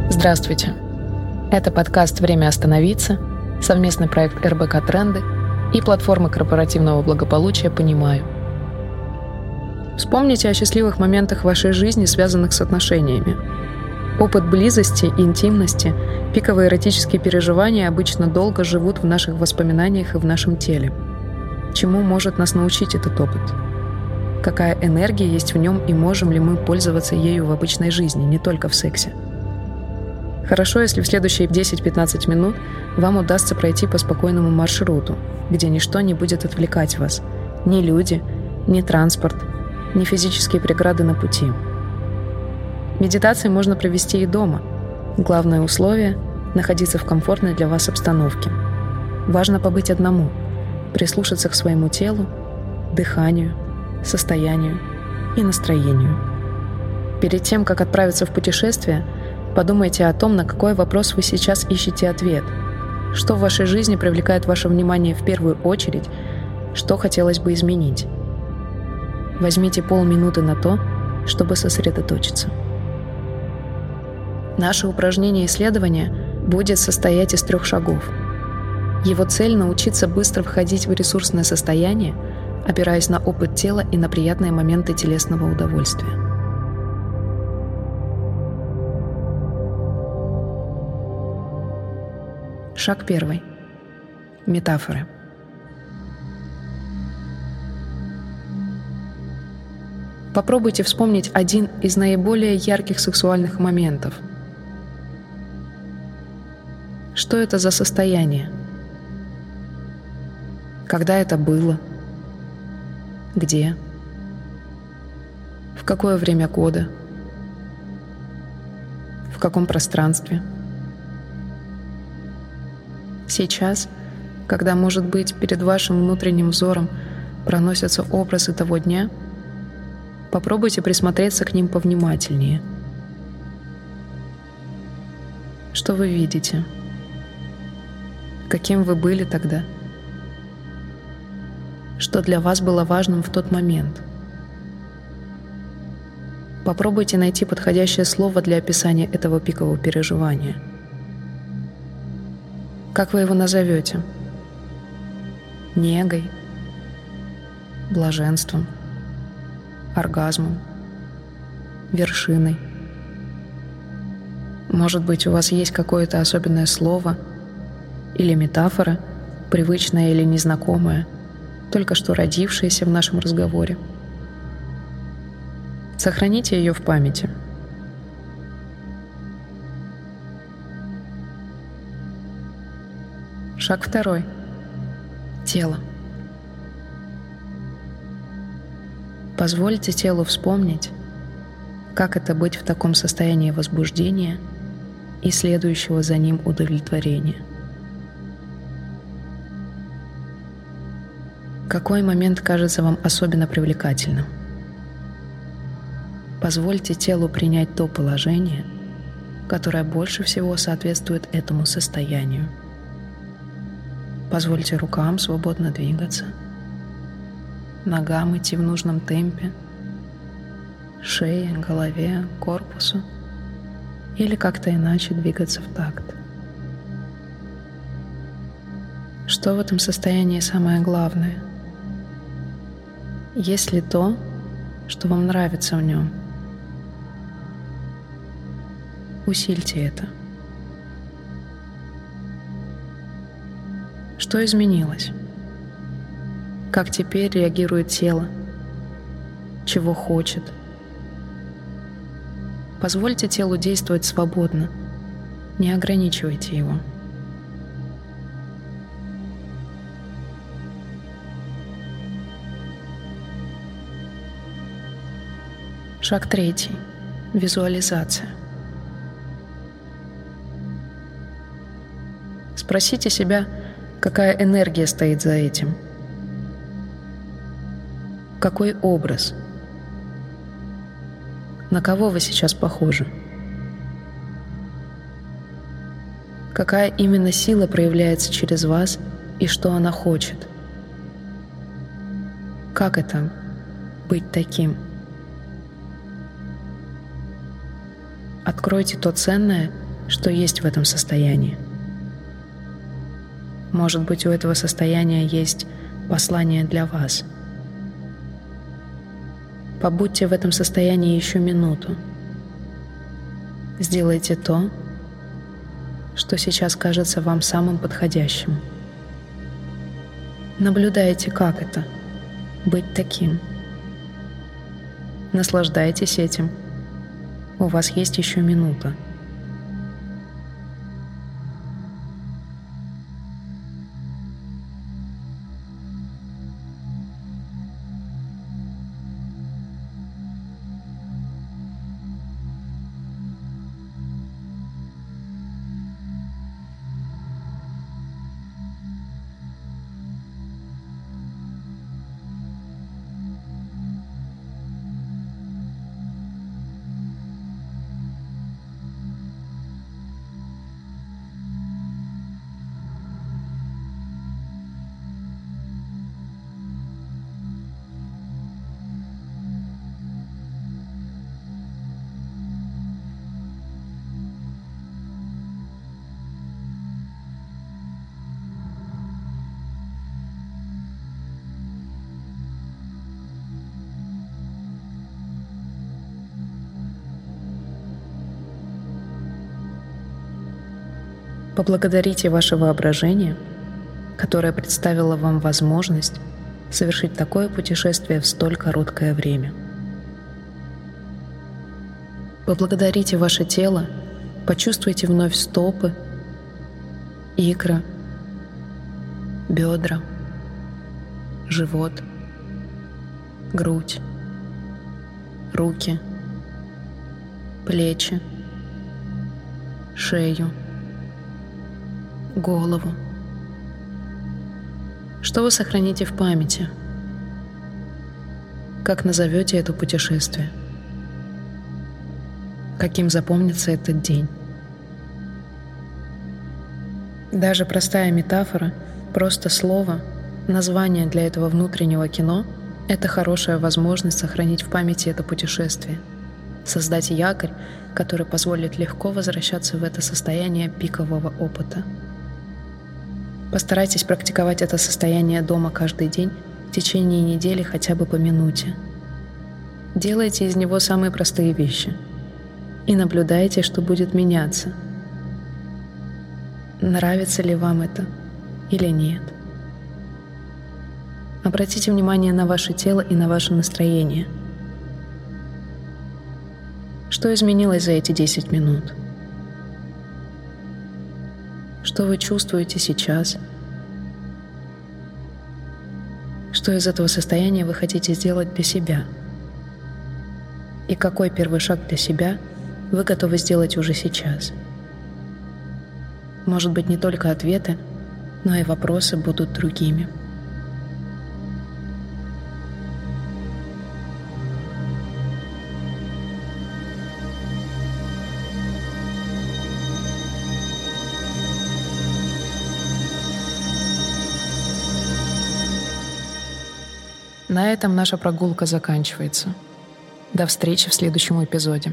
Здравствуйте. Это подкаст «Время остановиться», совместный проект РБК «Тренды» и платформы корпоративного благополучия «Понимаю». Вспомните о счастливых моментах вашей жизни, связанных с отношениями. Опыт близости и интимности, пиковые эротические переживания обычно долго живут в наших воспоминаниях и в нашем теле. Чему может нас научить этот опыт? Какая энергия есть в нем и можем ли мы пользоваться ею в обычной жизни, не только в сексе? Хорошо, если в следующие 10-15 минут вам удастся пройти по спокойному маршруту, где ничто не будет отвлекать вас. Ни люди, ни транспорт, ни физические преграды на пути. Медитации можно провести и дома. Главное условие – находиться в комфортной для вас обстановке. Важно побыть одному, прислушаться к своему телу, дыханию, состоянию и настроению. Перед тем, как отправиться в путешествие, подумайте о том, на какой вопрос вы сейчас ищете ответ. Что в вашей жизни привлекает ваше внимание в первую очередь, что хотелось бы изменить. Возьмите полминуты на то, чтобы сосредоточиться. Наше упражнение-исследование будет состоять из 3 шагов. Его цель — научиться быстро входить в ресурсное состояние, опираясь на опыт тела и на приятные моменты телесного удовольствия. Шаг 1. Метафоры. Попробуйте вспомнить один из наиболее ярких сексуальных моментов. Что это за состояние? Когда это было? Где? В какое время года? В каком пространстве? Сейчас, когда, может быть, перед вашим внутренним взором проносятся образы того дня, попробуйте присмотреться к ним повнимательнее. Что вы видите? Каким вы были тогда? Что для вас было важным в тот момент? Попробуйте найти подходящее слово для описания этого пикового переживания. Как вы его назовете? Негой, блаженством, оргазмом, вершиной. Может быть, у вас есть какое-то особенное слово или метафора, привычная или незнакомая, только что родившаяся в нашем разговоре. Сохраните ее в памяти. Шаг 2. Тело. Позвольте телу вспомнить, как это быть в таком состоянии возбуждения и следующего за ним удовлетворения. Какой момент кажется вам особенно привлекательным? Позвольте телу принять то положение, которое больше всего соответствует этому состоянию. Позвольте рукам свободно двигаться, ногам идти в нужном темпе, шее, голове, корпусу или как-то иначе двигаться в такт. Что в этом состоянии самое главное? Есть ли то, что вам нравится в нем? Усильте это. Что изменилось? Как теперь реагирует тело? Чего хочет? Позвольте телу действовать свободно. Не ограничивайте его. Шаг 3. Визуализация. Спросите себя, какая энергия стоит за этим? Какой образ? На кого вы сейчас похожи? Какая именно сила проявляется через вас и что она хочет? Как это — быть таким? Откройте то ценное, что есть в этом состоянии. Может быть, у этого состояния есть послание для вас. Побудьте в этом состоянии еще минуту. Сделайте то, что сейчас кажется вам самым подходящим. Наблюдайте, как это — быть таким. Наслаждайтесь этим. У вас есть еще минута. Поблагодарите ваше воображение, которое представило вам возможность совершить такое путешествие в столь короткое время. Поблагодарите ваше тело, почувствуйте вновь стопы, икры, бедра, живот, грудь, руки, плечи, шею, голову. Что вы сохраните в памяти? Как назовете это путешествие? Каким запомнится этот день? Даже простая метафора, просто слово, название для этого внутреннего кино — это хорошая возможность сохранить в памяти это путешествие, создать якорь, который позволит легко возвращаться в это состояние пикового опыта. Постарайтесь практиковать это состояние дома каждый день в течение недели хотя бы по минуте. Делайте из него самые простые вещи и наблюдайте, что будет меняться. Нравится ли вам это или нет? Обратите внимание на ваше тело и на ваше настроение. Что изменилось за эти 10 минут? Что вы чувствуете сейчас? Что из этого состояния вы хотите сделать для себя? И какой первый шаг для себя вы готовы сделать уже сейчас? Может быть, не только ответы, но и вопросы будут другими. На этом наша прогулка заканчивается. До встречи в следующем эпизоде.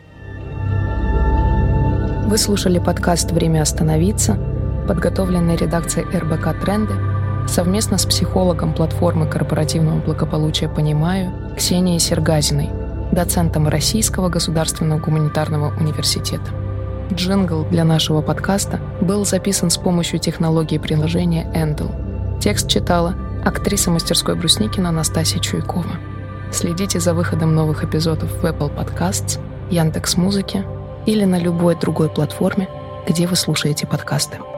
Вы слушали подкаст «Время остановиться», подготовленный редакцией РБК «Тренды» совместно с психологом платформы корпоративного благополучия «Понимаю» Ксенией Сергазиной, доцентом Российского государственного гуманитарного университета. Джингл для нашего подкаста был записан с помощью технологии приложения Endel. Текст читала актриса мастерской Брусникина Настасья Чуйкова. Следите за выходом новых эпизодов в Apple Podcasts, Яндекс.Музыке или на любой другой платформе, где вы слушаете подкасты.